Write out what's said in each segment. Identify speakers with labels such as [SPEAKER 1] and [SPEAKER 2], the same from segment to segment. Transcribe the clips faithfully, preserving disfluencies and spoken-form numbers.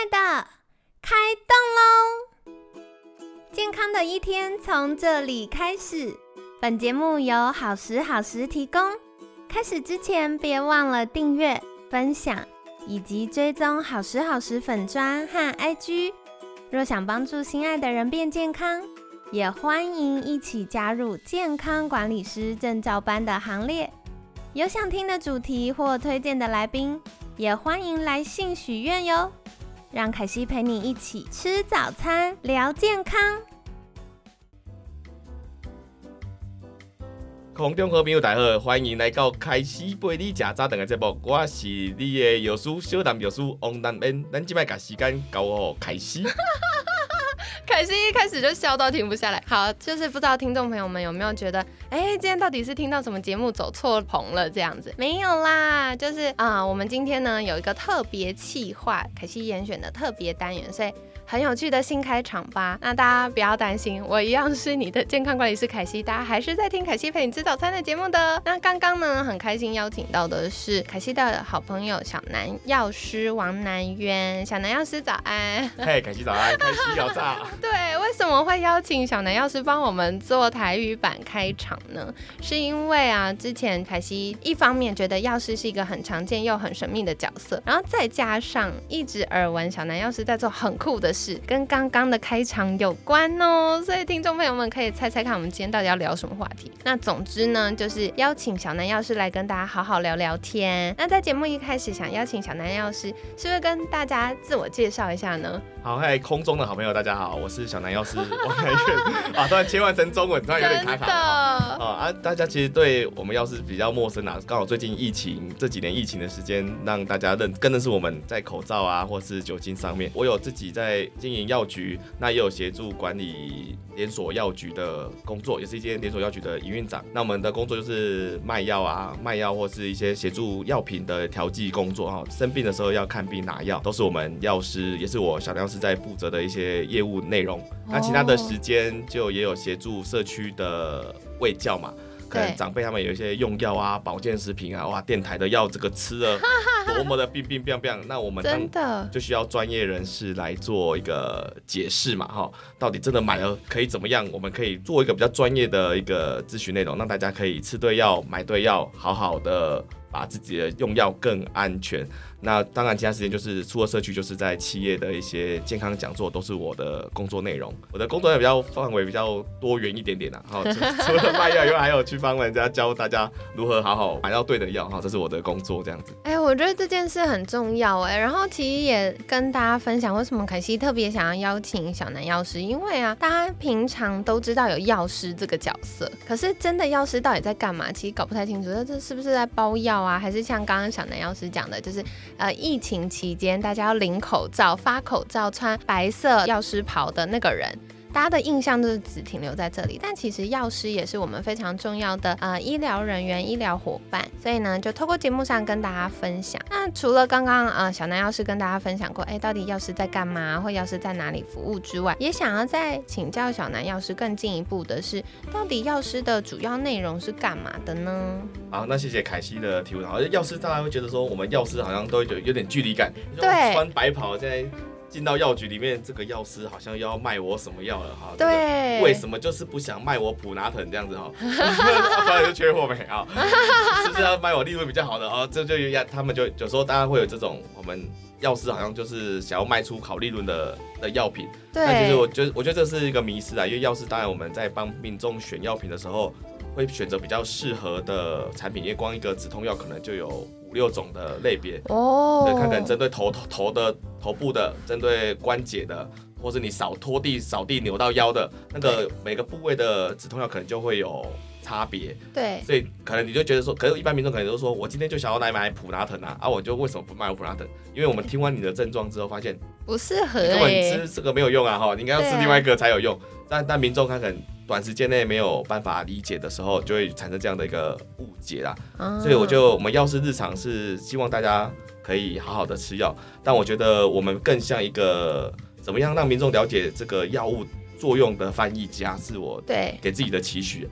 [SPEAKER 1] 的，开动喽！健康的一天从这里开始。本节目由好时好时提供。开始之前，别忘了订阅、分享以及追踪好时好时粉专和 I G。若想帮助心爱的人变健康，也欢迎一起加入健康管理师证照班的行列。有想听的主题或推荐的来宾，也欢迎来信许愿哟。让凯西陪你一起吃早餐，聊健康。
[SPEAKER 2] 空中好朋友大家好，欢迎来到凯西陪你吃早餐的节目，我是你的药师小男药师王南恩，咱今摆把时间交给凯西。
[SPEAKER 3] 凯西一开始就笑到停不下来。好，就是不知道听众朋友们有没有觉得，哎，今天到底是听到什么节目走错棚了这样子？没有啦，就是啊、呃，我们今天呢有一个特别企划，凯西严选的特别单元，所以很有趣的新开场吧。那大家不要担心，我一样是你的健康管理师凯西，大家还是在听凯西陪你吃早餐的节目的。那刚刚呢，很开心邀请到的是凯西的好朋友小南药师王南渊，小南药师早安。
[SPEAKER 2] 嘿，凯西早安，凯西早炸。
[SPEAKER 3] 对，为什么会邀请小南药师帮我们做台语版开场呢？是因为啊，之前凯西一方面觉得药师是一个很常见又很神秘的角色，然后再加上一直耳闻小南药师在做很酷的事，跟刚刚的开场有关哦，所以听众朋友们可以猜猜看我们今天到底要聊什么话题。那总之呢，就是邀请小南药师来跟大家好好聊聊天。那在节目一开始想邀请小南药师，是不是跟大家自我介绍一下呢？
[SPEAKER 2] 好，嗨，空中的好朋友大家好，我是小南药师王南渊。啊，突然切换成中文，突然有点卡卡的啊啊！大家其实对我们药师比较陌生啊，刚好最近疫情这几年疫情的时间，让大家认更认识我们在口罩啊，或是酒精上面。我有自己在经营药局，那也有协助管理连锁药局的工作，也是一间连锁药局的营运长。那我们的工作就是卖药啊，卖药或是一些协助药品的调剂工作哈。生病的时候要看病拿药，都是我们药师，也是我小梁药师在负责的一些业务内容。那其他的时间就也有协助社区的卫教嘛。可能长辈他们有一些用药啊、保健食品啊，哇，电台的药这个吃了多么的冰冰冰冰，那我们
[SPEAKER 3] 真的
[SPEAKER 2] 就需要专业人士来做一个解释嘛，哈，到底真的买了可以怎么样？我们可以做一个比较专业的一个咨询内容，让大家可以吃对药、买对药，好好的把自己的用药更安全。那当然，其他时间就是除了社区，就是在企业的一些健康讲座，都是我的工作内容。我的工作也比较范围比较多元一点点啊。好，除了卖药以外，还有去帮人家教大家如何好好买到对的药。哈，这是我的工作，这样子。
[SPEAKER 3] 哎、欸，我觉得这件事很重要哎。然后其实也跟大家分享，为什么凯西特别想要邀请小南药师，因为啊，大家平常都知道有药师这个角色，可是真的药师到底在干嘛？其实搞不太清楚。这是不是在包药啊？还是像刚刚小南药师讲的，就是呃，疫情期间大家要领口罩、发口罩、穿白色药师袍的那个人，大家的印象都是只停留在这里。但其实药师也是我们非常重要的呃医疗人员、医疗伙伴，所以呢，就透过节目上跟大家分享。那除了刚刚呃小南药师跟大家分享过，哎，到底药师在干嘛，或药师在哪里服务之外，也想要再请教小南药师更进一步的是，到底药师的主要内容是干嘛的呢？
[SPEAKER 2] 好，那谢谢凯西的提问。好，药师大家会觉得说，我们药师好像都有有点距离感，
[SPEAKER 3] 对，
[SPEAKER 2] 穿白袍现在进到药局里面，这个药师好像要卖我什么药了哈？
[SPEAKER 3] 对、
[SPEAKER 2] 这个，为什么就是不想卖我普拿疼这样子哈？不然就缺货没啊？是不是要卖我利润比较好的啊？这就他们就有时候大家会有这种，我们药师好像就是想要卖出好利润的的药品。
[SPEAKER 3] 对，
[SPEAKER 2] 但其实我觉得我觉得这是一个迷思啊，因为药师当然我们在帮民众选药品的时候，会选择比较适合的产品，因为光一个止痛药可能就有五六种的类别哦，对，看可能针对头头的头部的，针对关节的，或是你扫拖地扫地扭到腰的那个每个部位的止痛药可能就会有差别，
[SPEAKER 3] 对，
[SPEAKER 2] 所以可能你就觉得说，可是一般民众可能都说，我今天就想要来买普拿疼啊，啊，我就为什么不买普拿疼？因为我们听完你的症状之后，发现
[SPEAKER 3] 不适合、欸，
[SPEAKER 2] 根本吃这个没有用啊，哈，你应该要吃另外一个才有用。但但民众他可能短时间内没有办法理解的时候，就会产生这样的一个误解啦。嗯、所以我就我们药师日常是希望大家可以好好的吃药，但我觉得我们更像一个怎么样让民众了解这个药物作用的翻译家，是我给自己的期许。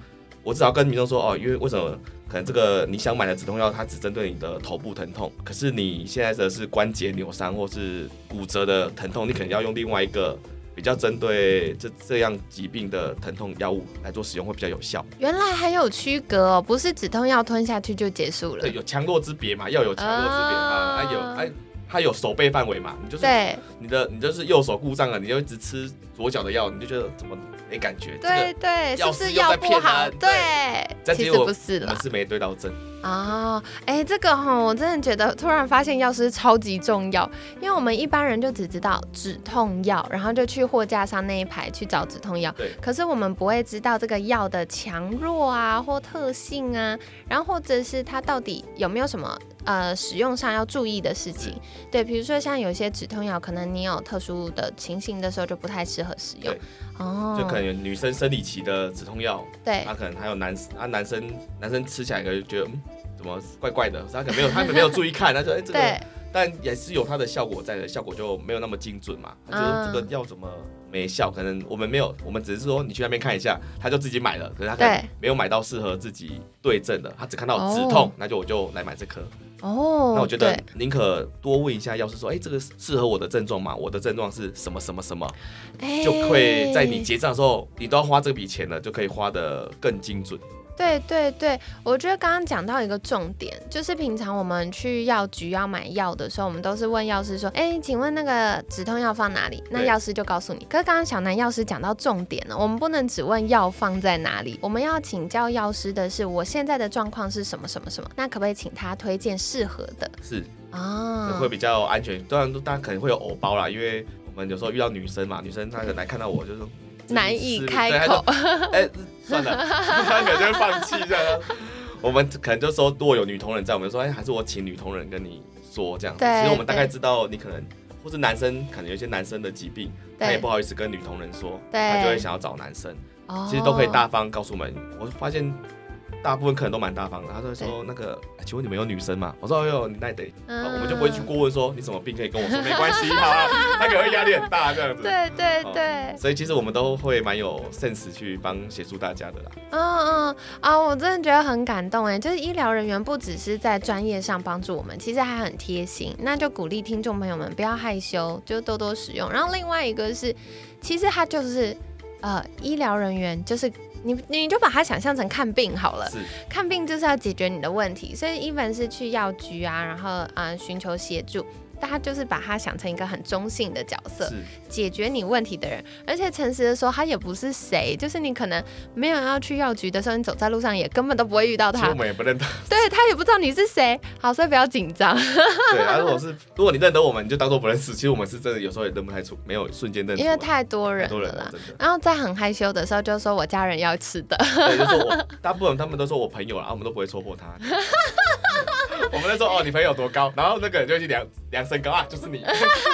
[SPEAKER 2] 我至少跟民众说哦，因为为什么可能这个你想买的止痛药，它只针对你的头部疼痛，可是你现在的是关节扭伤或是骨折的疼痛，你可能要用另外一个比较针对这这样疾病的疼痛药物来做使用会比较有效。
[SPEAKER 3] 原来还有区隔哦，不是止痛药吞下去就结束了。
[SPEAKER 2] 对，有强弱之别嘛，要有强弱之别啊，它有哎。它有手背范围嘛，你就是你的你就是右手故障了，你就一直吃左脚的药，你就觉得怎么没感觉？
[SPEAKER 3] 对对，
[SPEAKER 2] 药
[SPEAKER 3] 是不是药不好？对，其实不是啦，
[SPEAKER 2] 我们是没对到症。
[SPEAKER 3] 哦，哎，这个哈，我真的觉得突然发现药师超级重要，因为我们一般人就只知道止痛药，然后就去货架上那一排去找止痛药，
[SPEAKER 2] 对。
[SPEAKER 3] 可是我们不会知道这个药的强弱啊，或特性啊，然后或者是它到底有没有什么呃使用上要注意的事情。对，比如说像有些止痛药，可能你有特殊的情形的时候就不太适合使用。哦，
[SPEAKER 2] 就可能有女生生理期的止痛药，
[SPEAKER 3] 对，
[SPEAKER 2] 他可能还有男啊男生男生吃起来可能就觉得嗯怎么怪怪的，他可能没有他没有注意看，他就哎、欸、这个，但也是有它的效果在的，效果就没有那么精准嘛。他觉得这个药怎么没效？可能我们没有，我们只是说你去那边看一下，他就自己买了，可是他可能没有买到适合自己对症的，他只看到止痛，哦、那就我就来买这颗。
[SPEAKER 3] 哦，
[SPEAKER 2] 那我觉得宁可多问一下药师说，哎、欸，这个适合我的症状吗？我的症状是什么什么什么，欸、就会在你结账的时候，你都要花这笔钱了，就可以花得更精准。
[SPEAKER 3] 对对对，我觉得刚刚讲到一个重点，就是平常我们去药局要买药的时候，我们都是问药师说，哎，请问那个止痛药放哪里？那药师就告诉你。可是刚刚小南药师讲到重点了，我们不能只问药放在哪里，我们要请教药师的是，我现在的状况是什么什么什么，那可不可以请他推荐适合的？
[SPEAKER 2] 是
[SPEAKER 3] 啊，
[SPEAKER 2] 会比较安全。当然，大家可能会有偶包啦，因为我们有时候遇到女生嘛，女生她可能来看到我就说。
[SPEAKER 3] 难以开口，
[SPEAKER 2] 哎、欸，算了，他可能就会放弃这样。我们可能就说，如果有女同仁在，我们就说，哎、欸，还是我请女同仁跟你说这样子。其实我们大概知道你可能，或是男生可能有一些男生的疾病，他也不好意思跟女同仁说，他就会想要找男生。其实都可以大方告诉我们。我发现大部分客人都蛮大方的，他都会说那个，请问你们有女生吗？我说有，你那得、嗯，我们就不会去过问说你什么病可以跟我说，没关系，好啊，他可能会压力很大这样子。
[SPEAKER 3] 对对对、哦，
[SPEAKER 2] 所以其实我们都会蛮有 sense 去帮协助大家的啦。
[SPEAKER 3] 嗯嗯啊，我真的觉得很感动哎，就是医疗人员不只是在专业上帮助我们，其实还很贴心，那就鼓励听众朋友们不要害羞，就多多使用。然后另外一个是，其实他就是呃医疗人员就是。你你就把它想象成看病好了，看病就是要解决你的问题，所以 even 是去药局啊，然后呃寻求协助，大家就是把它想成一个很中性的角色，解决你问题的人。而且诚实的说，他也不是谁，就是你可能没有要去药局的时候，你走在路上也根本都不会遇到他，
[SPEAKER 2] 我们也不认得，
[SPEAKER 3] 对他也不知道你是谁。好，所以不要紧张。
[SPEAKER 2] 对，啊，如果是如果你认得我们，你就当做不认识。其实我们是真的有时候也认不太出，没有瞬间认出，
[SPEAKER 3] 因为太多人了啦。然后在很害羞的时候，就说我家人要吃的。
[SPEAKER 2] 对，就说我大部分他们都说我朋友啦，我们都不会戳破他。我们在说哦，你朋友多高，然后那个人就去量量身高啊，就是你。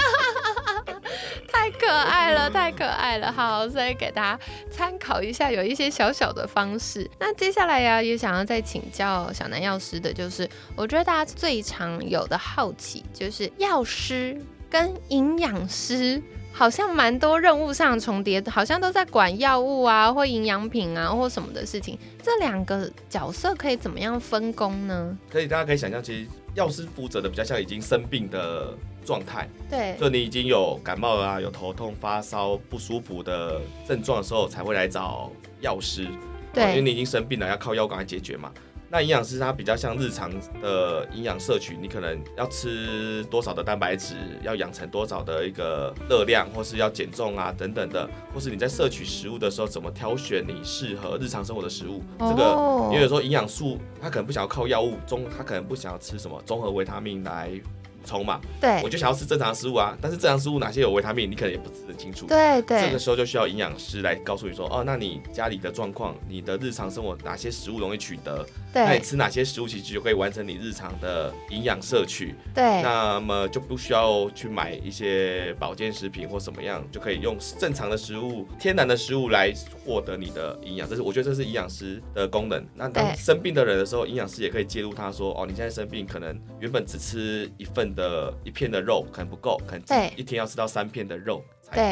[SPEAKER 3] 太可爱了，太可爱了。好，所以给大家参考一下，有一些小小的方式。那接下来呀、啊，也想要再请教小南药师的，就是我觉得大家最常有的好奇，就是药师跟营养师。好像蛮多任务上重叠，好像都在管药物啊，或营养品啊，或什么的事情。这两个角色可以怎么样分工呢？
[SPEAKER 2] 可以，大家可以想象，其实药师负责的比较像已经生病的状态，
[SPEAKER 3] 对，
[SPEAKER 2] 就你已经有感冒啊，有头痛、发烧、不舒服的症状的时候，才会来找药师。
[SPEAKER 3] 对，
[SPEAKER 2] 因为你已经生病了，要靠药赶快解决嘛。那营养师他比较像日常的营养摄取，你可能要吃多少的蛋白质，要养成多少的一个热量，或是要减重啊等等的，或是你在摄取食物的时候怎么挑选你适合日常生活的食物。哦、这个因为有时候营养素他可能不想要靠药物，中他可能不想要吃什么综合维他命来充嘛，
[SPEAKER 3] 对，
[SPEAKER 2] 我就想要吃正常食物啊，但是正常食物哪些有维他命，你可能也不是很清楚。
[SPEAKER 3] 对对，
[SPEAKER 2] 这个时候就需要营养师来告诉你说，哦，那你家里的状况，你的日常生活哪些食物容易取得，
[SPEAKER 3] 对，
[SPEAKER 2] 那你吃哪些食物其实就可以完成你日常的营养摄取。
[SPEAKER 3] 对，
[SPEAKER 2] 那么就不需要去买一些保健食品或什么样，就可以用正常的食物、天然的食物来获得你的营养。这是我觉得这是营养师的功能。那当生病的人的时候，营养师也可以介入他说，哦，你现在生病，可能原本只吃一份的一片的肉可能不够，可能一天要吃到三片的肉才够。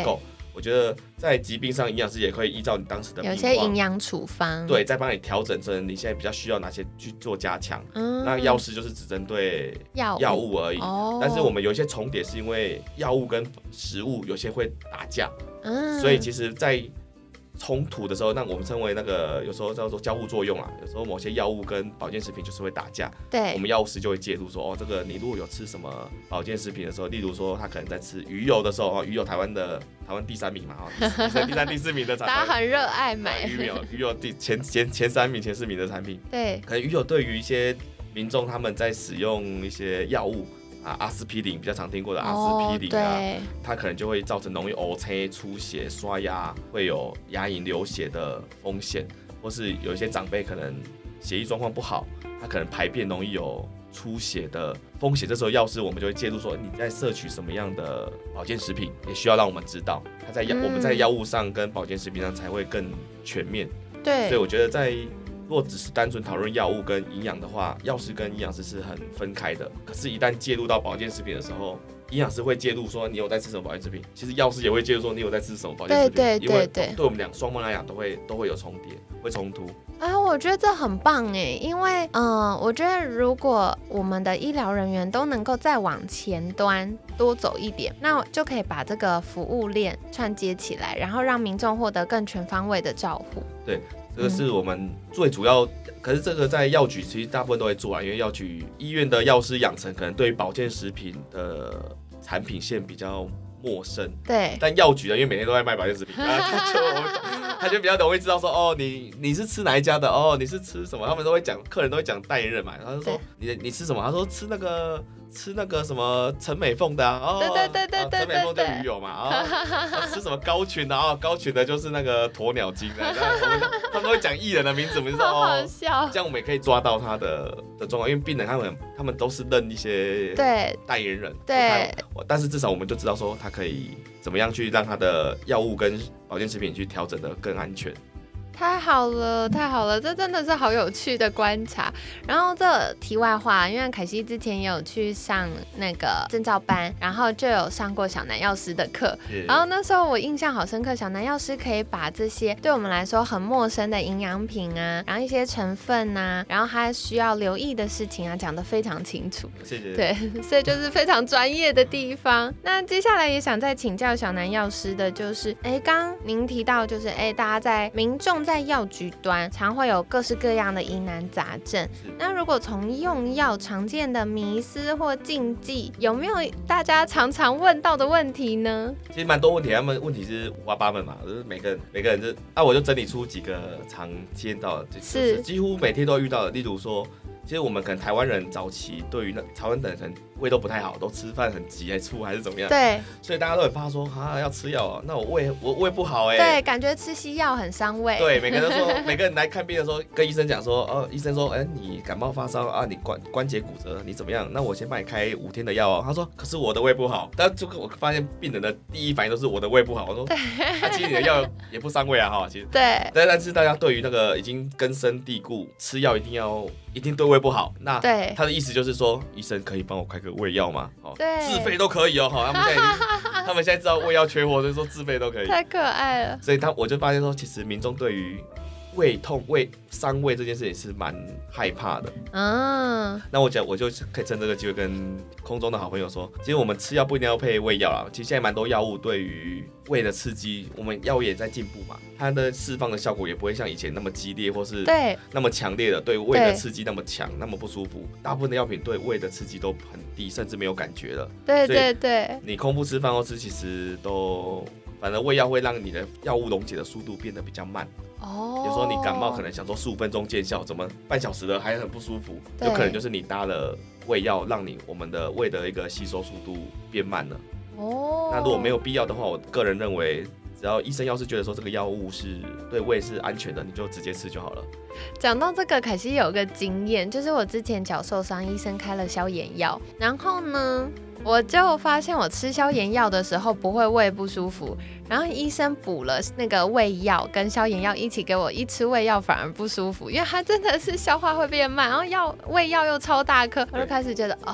[SPEAKER 2] 我觉得在疾病上，营养师也可以依照你当时的病况，
[SPEAKER 3] 有些营养处方，
[SPEAKER 2] 对，再帮你调整成你现在比较需要哪些去做加强。嗯，那药师就是只针对药物而已。哦，但是我们有一些重叠，是因为药物跟食物有些会打架，嗯，所以其实，在冲突的时候，那我们称为那个有时候叫做交互作用啊。有时候某些药物跟保健食品就是会打架，对，我们药师就会介入说，哦，这个你如果有吃什么保健食品的时候，例如说他可能在吃鱼油的时候，哦，鱼油台湾的台湾第三名嘛，哦，第三、第四名的产品，
[SPEAKER 3] 大家很热爱买
[SPEAKER 2] 鱼油，鱼油第前前前三名、前四名的产品，
[SPEAKER 3] 对，
[SPEAKER 2] 可能鱼油对于一些民众他们在使用一些药物。啊，阿司匹林比较常听过的阿司匹林啊，哦，它可能就会造成容易黑青、出血、刷牙，会有牙龈流血的风险，或是有一些长辈可能血液状况不好，他可能排便容易有出血的风险。这时候药师我们就会介入说，你在摄取什么样的保健食品，也需要让我们知道，他在药、嗯、我们在药物上跟保健食品上才会更全面。对，所以我觉得在如果只是单纯讨论药物跟营养的话，药师跟营养师是很分开的。可是，一旦介入到保健食品的时候，营养师会介入说你有在吃什么保健食品，其实药师也会介入说你有在吃什么保健食品。对对对对，因为对我们俩双方来讲都会都会有重叠，会冲突。
[SPEAKER 3] 啊，我觉得这很棒哎，因为嗯、呃，我觉得如果我们的医疗人员都能够再往前端多走一点，那就可以把这个服务链串接起来，然后让民众获得更全方位的照护。
[SPEAKER 2] 对。这个是我们最主要，可是这个在药局其实大部分都会做啊，因为药局医院的药师养成可能对于保健食品的产品线比较陌生，对，但药局的因为每天都在卖保健食品，他就他就比较容易知道说，哦，你你是吃哪一家的，哦，你是吃什么，他们都会讲，客人都会讲代言人嘛，他就说你你吃什么，他说吃那个。吃那个什么陈美凤的啊，哦，对对对对对，陈美凤就鱼油嘛，啊，吃什么高群的啊，高群的就是那个鸵鸟精的，他们都会讲艺人的名字，我们就说哦，这样我们也可以抓到他的的状况，因为病人他们他们都是认一些代言人，对，但是至少我们就知道说他可以怎么样去让他的药物跟保健食品去调整得更安全。
[SPEAKER 3] 太好了，太好了，这真的是好有趣的观察。然后这题外话，因为凯西之前也有去上那个证照班，然后就有上过小南药师的课。然后那时候我印象好深刻，小南药师可以把这些对我们来说很陌生的营养品啊，然后一些成分啊，然后还需要留意的事情啊，讲得非常清楚。
[SPEAKER 2] 谢谢。
[SPEAKER 3] 对，所以就是非常专业的地方。那接下来也想再请教小南药师的就是，哎，刚您提到就是，哎，大家在民众在在药局端常会有各式各样的疑难杂症，那如果从用药常见的迷思或禁忌，有没有大家常常问到的问题呢？
[SPEAKER 2] 其实蛮多问题，他们问题是五花八门嘛，就是每个人每个人就啊，我就整理出几个常见到的，就是几乎每天都遇到的，例如说。其实我们可能台湾人早期对于那台湾人可能胃都不太好，都吃饭很急还是吐还是怎么样？对，所以大家都很怕说啊要吃药啊，那我胃我胃不好哎、
[SPEAKER 3] 欸。对，感觉吃西药很伤胃。
[SPEAKER 2] 对，每个人都说，每个人来看病的时候跟医生讲说，哦，医生说，哎、欸，你感冒发烧啊，你关关节骨折，你怎么样？那我先帮你开五天的药哦。他说，可是我的胃不好。但就我发现病人的第一反应都是我的胃不好。我说，他、啊、其实你的药也不伤胃啊哈，其实。对。但但是大家对于那个已经根深蒂固，吃药一定要。一定对胃不好，那他的意思就是说，医生可以帮我开个胃药吗？哦，自费都可以哦。好，他们现在已经，他们现在知道胃药缺货，所以说自费都可以。
[SPEAKER 3] 太可爱了。
[SPEAKER 2] 所以他我就发现说，其实民众对于胃痛、胃伤胃这件事情是蛮害怕的。嗯，那我讲，我就可以趁这个机会跟空中的好朋友说，其实我们吃药不一定要配胃药啦。其实现在蛮多药物对于胃的刺激，我们药物也在进步嘛，它的释放的效果也不会像以前那么激烈，或是那么强烈的对胃的刺激那么强，那么不舒服。大部分的药品对胃的刺激都很低，甚至没有感觉了。对对对，你空腹吃饭后吃，其实都。反正胃药会让你的药物溶解的速度变得比较慢。哦，有时候你感冒可能想说十五分钟见效，怎么半小时了还很不舒服？有可能就是你搭了胃药，让你我们的胃的一个吸收速度变慢了。哦，那如果没有必要的话，我个人认为，只要医生要是觉得说这个药物是对胃是安全的，你就直接吃就好了。
[SPEAKER 3] 讲到这个，凯西有个经验，就是我之前脚受伤，医生开了消炎药，然后呢，我就发现我吃消炎药的时候不会胃不舒服，然后医生补了那个胃药跟消炎药一起给我，一吃胃药反而不舒服，因为它真的是消化会变慢，然后药胃药又超大颗，我就开始觉得哦。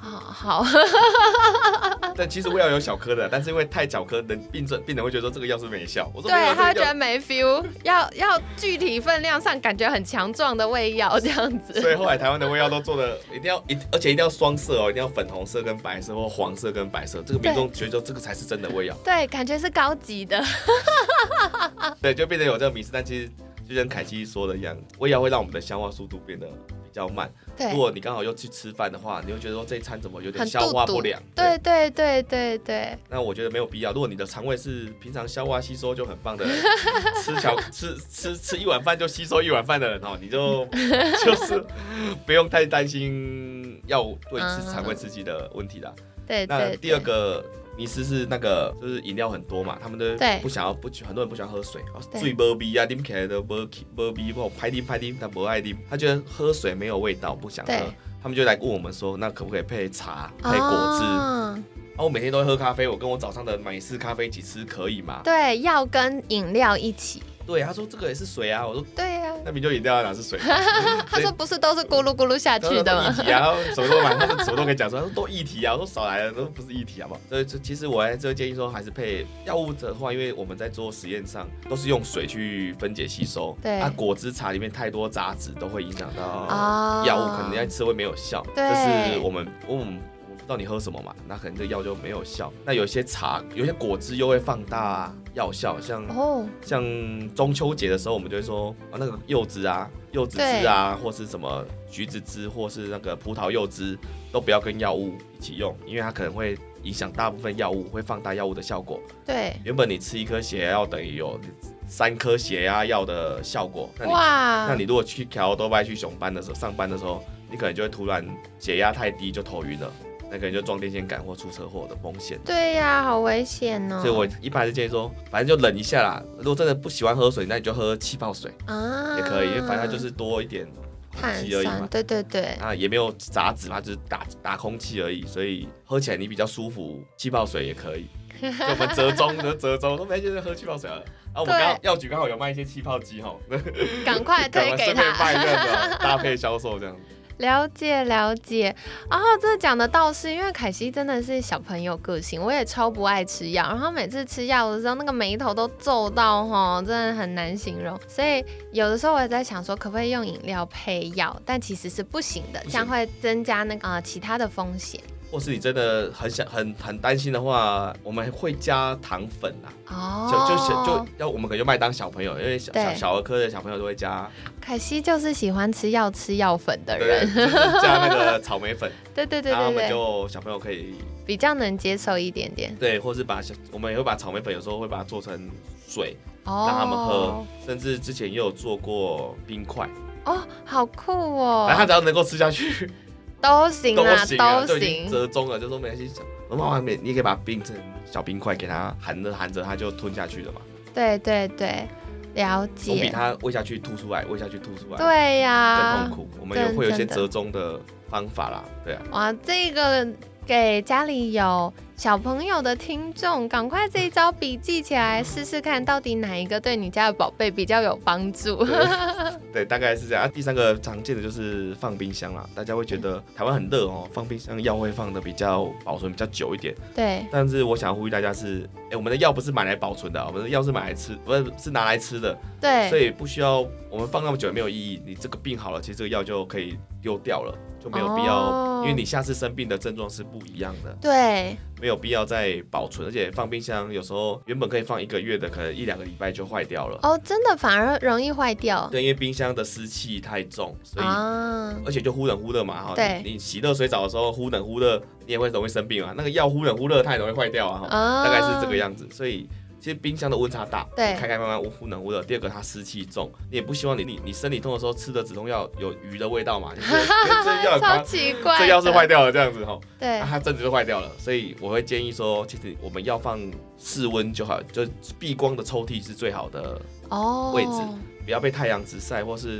[SPEAKER 3] 好好。
[SPEAKER 2] 但其实胃药有小颗的，但是因为太小颗，人病症病人会觉得说这个药是没效。我说
[SPEAKER 3] 对，
[SPEAKER 2] 没
[SPEAKER 3] 他会觉得没 feel， 要要具体分量上感觉很强壮的胃药这样子。
[SPEAKER 2] 所以后来台湾的胃药都做的一定要一，而且一定要双色哦，一定要粉红色跟白色或黄色跟白色，这个民众觉得这个才是真的胃药。
[SPEAKER 3] 对，感觉是高级的。
[SPEAKER 2] 对，就变成有这个迷思，但其实就跟凯西说的一样，胃药会让我们的消化速度变得比较慢。
[SPEAKER 3] 对，
[SPEAKER 2] 如果你刚好又去吃饭的话，你会觉得说这一餐怎么有点消化不良？
[SPEAKER 3] 对对对对对。
[SPEAKER 2] 那我觉得没有必要。如果你的肠胃是平常消化吸收就很棒的人，吃小吃吃吃一碗饭就吸收一碗饭的人哦，你就就是不用太担心药对吃肠胃刺激的问题啦。
[SPEAKER 3] 对对。
[SPEAKER 2] 那第二个迷思是那个就是饮料很多嘛，他们都不想要不很多人不喜欢喝水，水没味啊，啉起来都没没味，不拍啉拍啉，他不爱啉，他觉得喝水没有味道，不想喝，他们就来问我们说，那可不可以配茶、配果汁？啊，我每天都会喝咖啡，我跟我早上的美式咖啡一起吃可以吗？
[SPEAKER 3] 对，要跟饮料一起。
[SPEAKER 2] 对，他说这个也是水啊，我说
[SPEAKER 3] 对呀、啊，
[SPEAKER 2] 那瓶就饮料哪是水？
[SPEAKER 3] 他说不是都是咕噜咕噜下去的吗？
[SPEAKER 2] 液体啊，什么都买，他们什么都可以讲说，他说都液体啊，我说少来了，都不是液体好不好？所以其实我还是会建议说，还是配药物的话，因为我们在做实验上都是用水去分解吸收，
[SPEAKER 3] 对，
[SPEAKER 2] 啊，果汁茶里面太多杂质都会影响到药物，哦、可能你在吃会没有效，这是我们我们。不知道你喝什么嘛？那可能这药就没有效。那有些茶、有些果汁又会放大药效，像、oh. 像中秋节的时候，我们就会说啊，那个柚子啊、柚子汁啊，或是什么橘子汁，或是那个葡萄柚汁，都不要跟药物一起用，因为它可能会影响大部分药物，会放大药物的效果。对，原本你吃一颗血压药等于有三颗血压药的效果，那你那你如果去调多拜去上班的时候，上班的时候，你可能就会突然血压太低就头晕了。那可能就撞电线杆或出车祸的风险。对呀、啊，好危险哦。所以我一般还是建议说，反正就忍一下啦。如果真的不喜欢喝水，那你就喝气泡水啊，也可以，因为反正就是多一点空气而已嘛。对对对。啊，也没有杂质嘛，就是打打空气而已，所以喝起来你比较舒服。气泡水也可以。就我们折中的折中，都没就是喝气泡水了。啊，我们刚药局刚好有卖一些气泡机哈，
[SPEAKER 3] 赶快推给他，
[SPEAKER 2] 顺便卖这样子，搭配销售这样子。
[SPEAKER 3] 了解了解，然后这讲的倒是因为凯西真的是小朋友个性，我也超不爱吃药，然后每次吃药的时候那个眉头都皱到齁，真的很难形容，所以有的时候我也在想说可不可以用饮料配药，但其实是不行的，这样会增加那个、呃、其他的风险。
[SPEAKER 2] 或是你真的很想很很担心的话，我们会加糖粉啊。哦。就就就要我们可能就卖当小朋友，因为小小小儿科的小朋友都会加。
[SPEAKER 3] 凯西就是喜欢吃药吃药粉的人。
[SPEAKER 2] 对，就是加那个草莓粉。
[SPEAKER 3] 对对对对对。
[SPEAKER 2] 然后我们就小朋友可以
[SPEAKER 3] 比较能接受一点点。
[SPEAKER 2] 对，或是把我们也会把草莓粉有时候会把它做成水，哦、让他们喝，甚至之前也有做过冰块。
[SPEAKER 3] 哦，好酷哦！
[SPEAKER 2] 反正他只要能够吃下去。
[SPEAKER 3] 都行啊，都行、啊，
[SPEAKER 2] 都行，折中了，就说没关系，妈妈你你可以把它冰成小冰块，给它含着含着，它就吞下去了嘛。
[SPEAKER 3] 对对对，了解。
[SPEAKER 2] 总比它喂下去吐出来，喂下去吐出来，
[SPEAKER 3] 对呀、啊，
[SPEAKER 2] 更痛苦。我们也会有一些折中的方法啦，对啊。
[SPEAKER 3] 哇，这个给家里有小朋友的听众，赶快这一招笔记起来试试看，到底哪一个对你家的宝贝比较有帮助。
[SPEAKER 2] 对，大概是这样、啊。第三个常见的就是放冰箱啦，大家会觉得台湾很热哦，放冰箱药会放的比较保存比较久一点。对。但是我想要呼吁大家是，哎、欸，我们的药不是买来保存的，我们的药是买来吃，不是是拿来吃的。对。所以不需要我们放那么久也没有意义。你这个病好了，其实这个药就可以丢掉了，就没有必要，哦、因为你下次生病的症状是不一样的。对。没有必要再保存，而且放冰箱有时候原本可以放一个月的，可能一两个礼拜就坏掉了。
[SPEAKER 3] 哦，真的反而容易坏掉。
[SPEAKER 2] 对，因为冰箱的湿气太重，所以、啊、而且就忽冷忽热嘛，哈。对。你洗热水澡的时候忽冷忽热，你也会容易生病嘛。那个药忽冷忽热，它也容易坏掉啊，啊大概是这个样子。所以其实冰箱的温差大，对，开开慢慢忽冷忽热。第二个它湿气重，你也不希望你你你生理痛的时候吃的止痛药有鱼的味道嘛，就是这药
[SPEAKER 3] 超奇怪，
[SPEAKER 2] 这药是坏掉了这样子哈。对，那它真的就坏掉了，所以我会建议说，其实我们要放室温就好，就避光的抽屉是最好的位置，哦、不要被太阳直晒，或是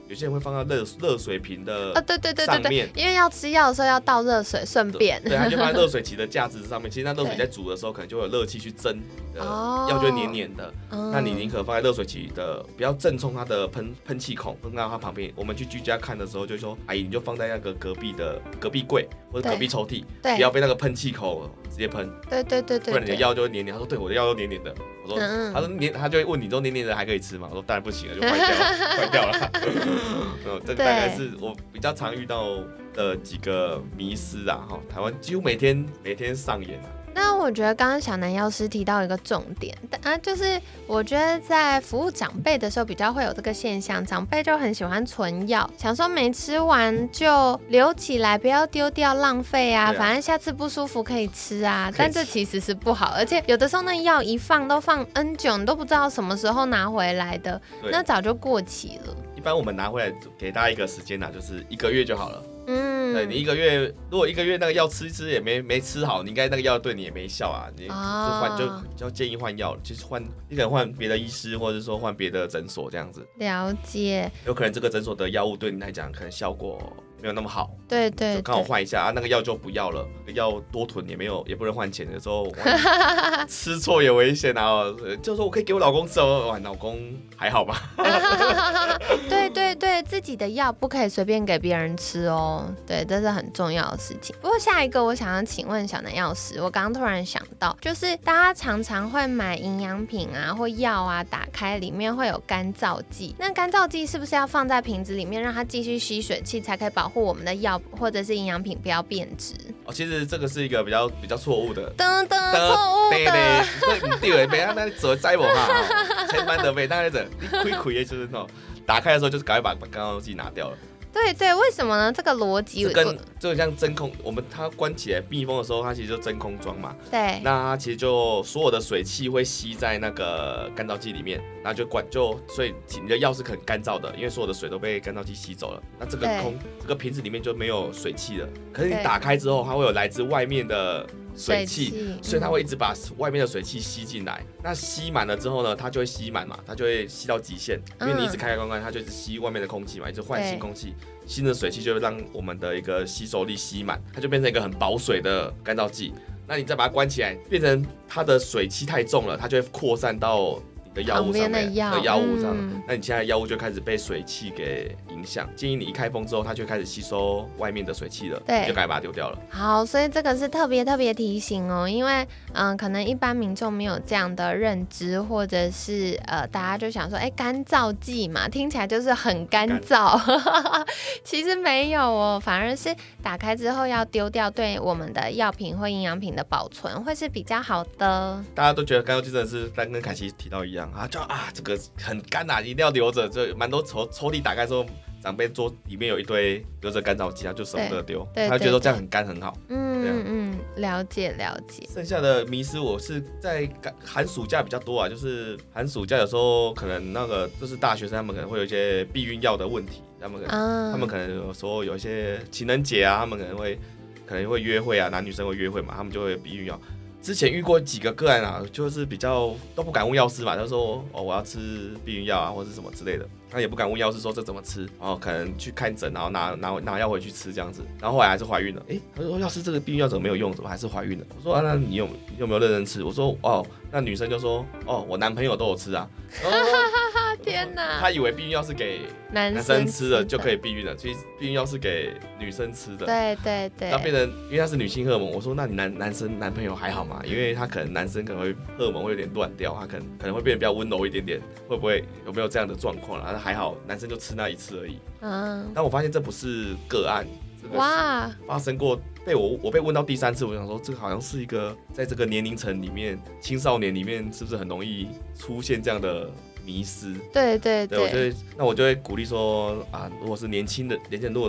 [SPEAKER 2] 有些人会放到热热水瓶的
[SPEAKER 3] 啊，对对对对
[SPEAKER 2] 上面，
[SPEAKER 3] 因为要吃药的时候要倒热水，顺便
[SPEAKER 2] 对，它就放在热水器的架子上面。其实那热水在煮的时候，可能就会有热气去蒸，
[SPEAKER 3] 哦，
[SPEAKER 2] 药就会黏黏的。
[SPEAKER 3] 嗯、
[SPEAKER 2] 那你宁可放在热水器的，不要正冲它的喷喷气孔，喷到它旁边。我们去居家看的时候，就说阿姨你就放在那个隔壁的隔壁柜或者隔壁抽屉，不要被那个喷气口直接喷。
[SPEAKER 3] 对对对 对, 对，
[SPEAKER 2] 不然你的药就会黏黏。他说对，我的药都黏黏的。我说，嗯、他说黏，他就会问你，说黏黏的还可以吃吗？我说当然不行了，就坏掉了，坏掉了。嗯，这个大概是我比较常遇到的几个迷思啊，哈，台湾几乎每天每天上演啊。
[SPEAKER 3] 那我觉得刚刚小南药师提到一个重点，啊，就是我觉得在服务长辈的时候比较会有这个现象，长辈就很喜欢存药，想说没吃完就留起来，不要丢掉浪费啊，啊反正下次不舒服可以吃啊。但这其实是不好，而且有的时候那药一放都放 N 久，你都不知道什么时候拿回来的，那早就过期了。
[SPEAKER 2] 一般我们拿回来给大家一个时间啊，就是一个月就好了。
[SPEAKER 3] 嗯，
[SPEAKER 2] 对你一个月，如果一个月那个药吃一吃也没没吃好，你应该那个药对你也没效啊，你就换、哦、就就建议换药，就是换你可能换别的医师，或者说换别的诊所这样子。
[SPEAKER 3] 了解。
[SPEAKER 2] 有可能这个诊所的药物对你来讲可能效果没有那么好，
[SPEAKER 3] 对 对, 对，
[SPEAKER 2] 就刚好换一下啊，那个药就不要了，药多囤也没有，也不能换钱，有时候吃错也危险啊。就说我可以给我老公吃哦，哇，老公还好吧？
[SPEAKER 3] 对对对，自己的药不可以随便给别人吃哦，对，这是很重要的事情。不过下一个我想要请问小南药师，我刚刚突然想到，就是大家常常会买营养品啊或药啊，打开里面会有干燥剂，那干燥剂是不是要放在瓶子里面，让它继续吸水气，才可以保护我们的药或者是营养品不要变质？
[SPEAKER 2] 哦，其实这个是一个比较比较错误的，
[SPEAKER 3] 噔噔，错误的，
[SPEAKER 2] 对对，对唔对，别让那做栽我哈，千万的别当那种你开开的就是喏，打开的时候就是赶快把干燥剂拿掉了。
[SPEAKER 3] 对对，为什么呢？这个逻辑
[SPEAKER 2] 跟这个像真空，我们它关起来密封的时候，它其实就真空装嘛。
[SPEAKER 3] 对。
[SPEAKER 2] 那它其实就所有的水汽会吸在那个干燥剂里面，然后就管就所以你的药是很干燥的，因为所有的水都被干燥剂吸走了。那这个空这个瓶子里面就没有水汽了。可是你打开之后，它会有来自外面的水汽，所以它会一直把外面的水汽吸进来。那吸满了之后呢，它就会吸满嘛，它就会吸到极限，因为你一直开开关关，它就一直吸外面的空气嘛，一直换新空气。新的水汽就会让我们的一个吸收力吸满，它就变成一个很保水的干燥剂。那你再把它关起来，变成它的水汽太重了，它就会扩散到你的药物上面的药物上，嗯、那你现在药物就开始被水汽给影响。建议你一开封之后，它就开始吸收外面的水汽了，对，就该把它丢掉了。
[SPEAKER 3] 好，所以这个是特别特别提醒哦，因为嗯，可能一般民众没有这样的认知，或者是呃，大家就想说，哎、欸，干燥剂嘛，听起来就是很干燥，其实没有哦，反而是打开之后要丢掉，对我们的药品或营养品的保存会是比较好的。
[SPEAKER 2] 大家都觉得干燥剂真的是跟跟凯西提到一样啊，就啊这个很干啊，一定要留着，就蛮多抽抽屉打开之后。长辈桌里面有一堆留着干燥剂，他就舍不得丢，他觉得这样很干很好。嗯嗯嗯，
[SPEAKER 3] 了解了解。
[SPEAKER 2] 剩下的迷思我是在寒暑假比较多啊，就是寒暑假有时候可能那个就是大学生他们可能会有一些避孕药的问题，他们可能、啊、他们可能有时候有一些情人节啊，他们可能会可能会约会啊，男女生会约会嘛，他们就会有避孕药。之前遇过几个个案啊，就是比较都不敢问药师嘛，就说哦我要吃避孕药啊或者什么之类的，他也不敢问药师说这怎么吃，然后可能去看诊，然后拿拿拿药回去吃这样子，然后后来还是怀孕了。哎、欸，他说药师这个避孕药怎么没有用，怎么还是怀孕了？我说啊，那你有你有没有认真吃？我说哦，那女生就说哦，我男朋友都有吃啊。
[SPEAKER 3] 天哪！
[SPEAKER 2] 他以为避孕药是给男生吃的就可以避孕了，其实避孕药是给女生吃的。
[SPEAKER 3] 对对对。
[SPEAKER 2] 那变成因为他是女性荷尔蒙，我说那你男男生男朋友还好吗？因为他可能男生可能会荷尔蒙会有点乱掉，他可能可能会变得比较温柔一点点，会不会有没有这样的状况啦？还好男生就吃那一次而已。嗯。但我发现这不是个案，哇，发生过。被我我被问到第三次，我想说这个好像是一个在这个年龄层里面，青少年里面是不是很容易出现这样的迷思？
[SPEAKER 3] 对对 对,
[SPEAKER 2] 对，我就会那我就会鼓励说啊，如果是年轻的年轻人，如果你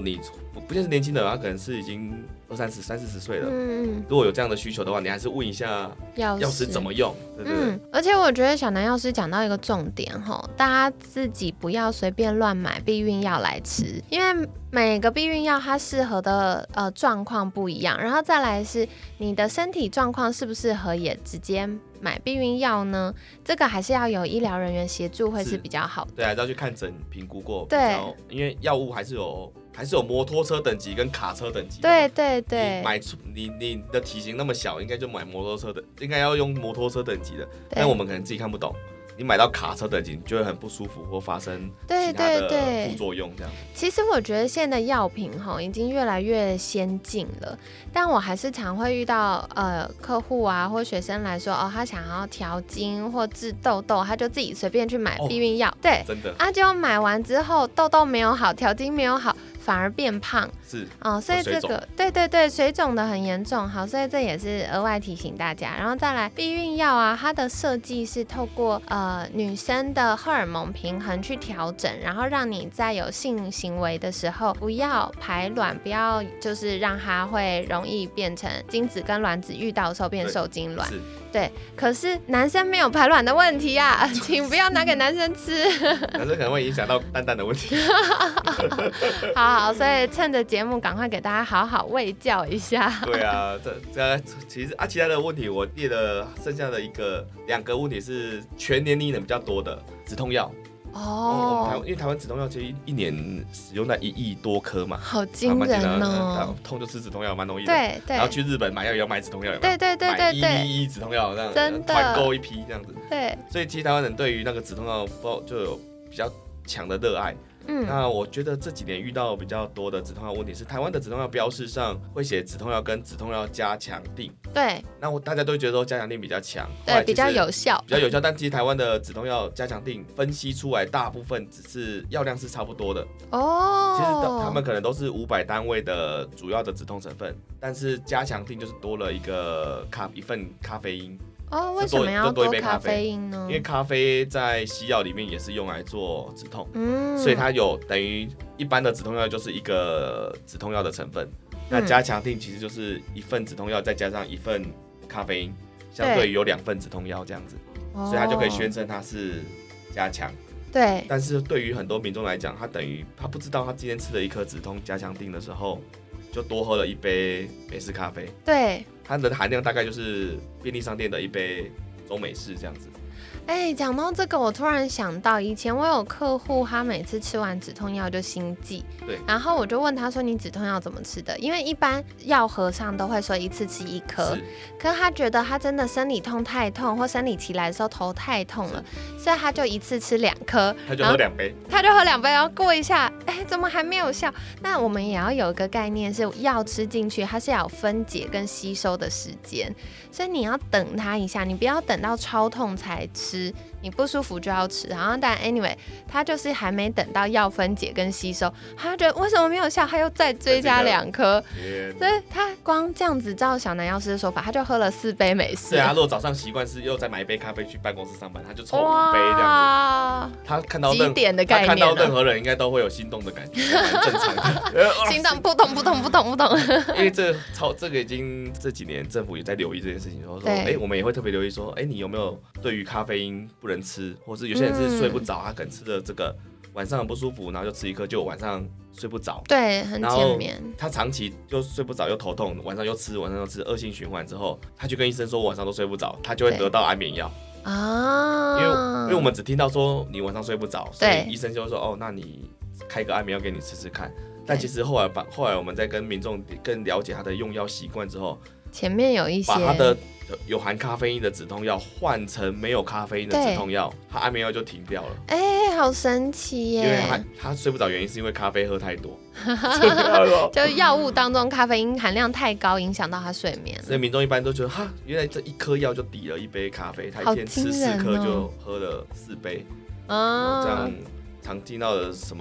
[SPEAKER 2] 不不见是年轻的，他可能是已经二三十、三四十岁了。
[SPEAKER 3] 嗯，
[SPEAKER 2] 如果有这样的需求的话，你还是问一下
[SPEAKER 3] 药
[SPEAKER 2] 药师怎么用，对不对？
[SPEAKER 3] 嗯，而且我觉得小南药师讲到一个重点吼，大家自己不要随便乱买避孕药来吃，因为每个避孕药它适合的呃状况不一样，然后再来是你的身体状况适不适合也直接买避孕药呢？这个还是要有医疗人员协助会是比较好的。
[SPEAKER 2] 对啊，要去看诊评估过，
[SPEAKER 3] 对，
[SPEAKER 2] 因为药物还是有还是有摩托车等级跟卡车等级。
[SPEAKER 3] 对对对，
[SPEAKER 2] 你买出你你的体型那么小，应该就买摩托车的，应该要用摩托车等级的，但我们可能自己看不懂。你买到卡车等级，你就会很不舒服或发生其他的副作用这样。
[SPEAKER 3] 其实我觉得现在的药品哈已经越来越先进了，但我还是常会遇到呃客户啊或学生来说，哦，他想要调经或治痘痘，他就自己随便去买避孕药，哦、对，
[SPEAKER 2] 真的，
[SPEAKER 3] 啊，结果买完之后痘痘没有好，调经没有好。反而变胖
[SPEAKER 2] 是
[SPEAKER 3] 哦，所以这个对对对，水肿的很严重。好，所以这也是额外提醒大家。然后再来避孕药啊，它的设计是透过呃女生的荷尔蒙平衡去调整，然后让你在有性行为的时候不要排卵，不要就是让它会容易变成精子跟卵子遇到的时候变受精卵。对，可是男生没有排卵的问题啊，请不要拿给男生吃。
[SPEAKER 2] 男生可能会影响到蛋蛋的问题。
[SPEAKER 3] 好好，所以趁着节目赶快给大家好好卫教一下。
[SPEAKER 2] 对啊，这这其实啊，其他的问题我列了，剩下的一个两个问题是全年龄人比较多的止痛药。哦，台因为台湾止痛药其实一年使用在一亿多颗嘛，
[SPEAKER 3] 好惊人哦！
[SPEAKER 2] 痛就吃止痛药蛮容易的，
[SPEAKER 3] 对对。
[SPEAKER 2] 然后去日本买药也要买止痛药，
[SPEAKER 3] 对对对对对，
[SPEAKER 2] 买一一止痛药这样，
[SPEAKER 3] 真的
[SPEAKER 2] 团购一批这样子。
[SPEAKER 3] 对，
[SPEAKER 2] 所以其实台湾人对于那个止痛药就有比较强的热爱。嗯，那我觉得这几年遇到比较多的止痛药问题是，台湾的止痛药标示上会写止痛药跟止痛药加强定。
[SPEAKER 3] 对，
[SPEAKER 2] 那我大家都觉得说加强定比较强，
[SPEAKER 3] 对，比较有效，
[SPEAKER 2] 比较有效。但其实台湾的止痛药加强定分析出来，大部分只是药量是差不多的。哦，其实他们可能都是五百单位的主要的止痛成分，但是加强定就是多了一个咖一份咖啡因。
[SPEAKER 3] 哦，为什么要多咖啡因呢？
[SPEAKER 2] 因为咖啡在西药里面也是用来做止痛，嗯，所以它有等于一般的止痛药就是一个止痛药的成分，嗯、那加强定其实就是一份止痛药再加上一份咖啡因，相对于有两份止痛药这样子，所以它就可以宣称它是加强。
[SPEAKER 3] 对，
[SPEAKER 2] 但是对于很多民众来讲，他等于他不知道他今天吃了一颗止痛加强定的时候，就多喝了一杯美式咖啡。
[SPEAKER 3] 对。
[SPEAKER 2] 它的含量大概就是便利商店的一杯中美式这样子。
[SPEAKER 3] 哎、欸，讲到这个，我突然想到，以前我有客户，他每次吃完止痛药就心悸，
[SPEAKER 2] 对，
[SPEAKER 3] 然后我就问他说：“你止痛药怎么吃的？”因为一般药盒上都会说一次吃一颗，可是他觉得他真的生理痛太痛，或生理期来的时候头太痛了，所以他就一次吃两颗，
[SPEAKER 2] 他就喝两杯，
[SPEAKER 3] 他就喝两杯，然后过一下，哎、欸，怎么还没有效？那我们也要有一个概念，是药吃进去，它是要有分解跟吸收的时间，所以你要等它一下，你不要等到超痛才吃。你不舒服就要吃，然后但 anyway， 他就是还没等到药分解跟吸收，他就觉得为什么没有效，他又再追加两颗，所以他光这样子照小南药师的说法，他就喝了四杯美式。
[SPEAKER 2] 对啊，如果早上习惯是又再买一杯咖啡去办公室上班，他就抽五杯这样子。他看到任
[SPEAKER 3] 点的概念、啊，
[SPEAKER 2] 他看到任何人应该都会有心动的感觉，蛮正常的。
[SPEAKER 3] 心脏扑通扑通扑通扑通。
[SPEAKER 2] 因为这超这个已经这几年政府也在留意这件事情，说说哎、欸，我们也会特别留意说，哎、欸，你有没有对于咖啡因不能吃，或是有些人是睡不着、嗯，他可能吃的这个晚上很不舒服，然后就吃一颗，就晚上睡不着，
[SPEAKER 3] 对，很浅眠。
[SPEAKER 2] 他长期就睡不着又头痛，晚上又吃，晚上又吃，恶性循环之后，他就跟医生说我晚上都睡不着，他就会得到安眠药啊。因为因为我们只听到说你晚上睡不着，所以医生就说哦，那你开个安眠药给你吃吃看。但其实后来把后来我们在跟民众更了解他的用药习惯之后，前
[SPEAKER 3] 面有一些
[SPEAKER 2] 把他的有含咖啡因的止痛药换成没有咖啡因的止痛药，他安眠药就停掉了。
[SPEAKER 3] 哎、欸，好神奇耶！
[SPEAKER 2] 因为他他睡不着，原因是因为咖啡喝太多，
[SPEAKER 3] 就药物当中咖啡因含量太高，影响到他睡眠。
[SPEAKER 2] 所以民众一般都觉得哈，原来这一颗药就抵了一杯咖啡，他一天吃四颗就喝了四杯。哦，这样常听到的什么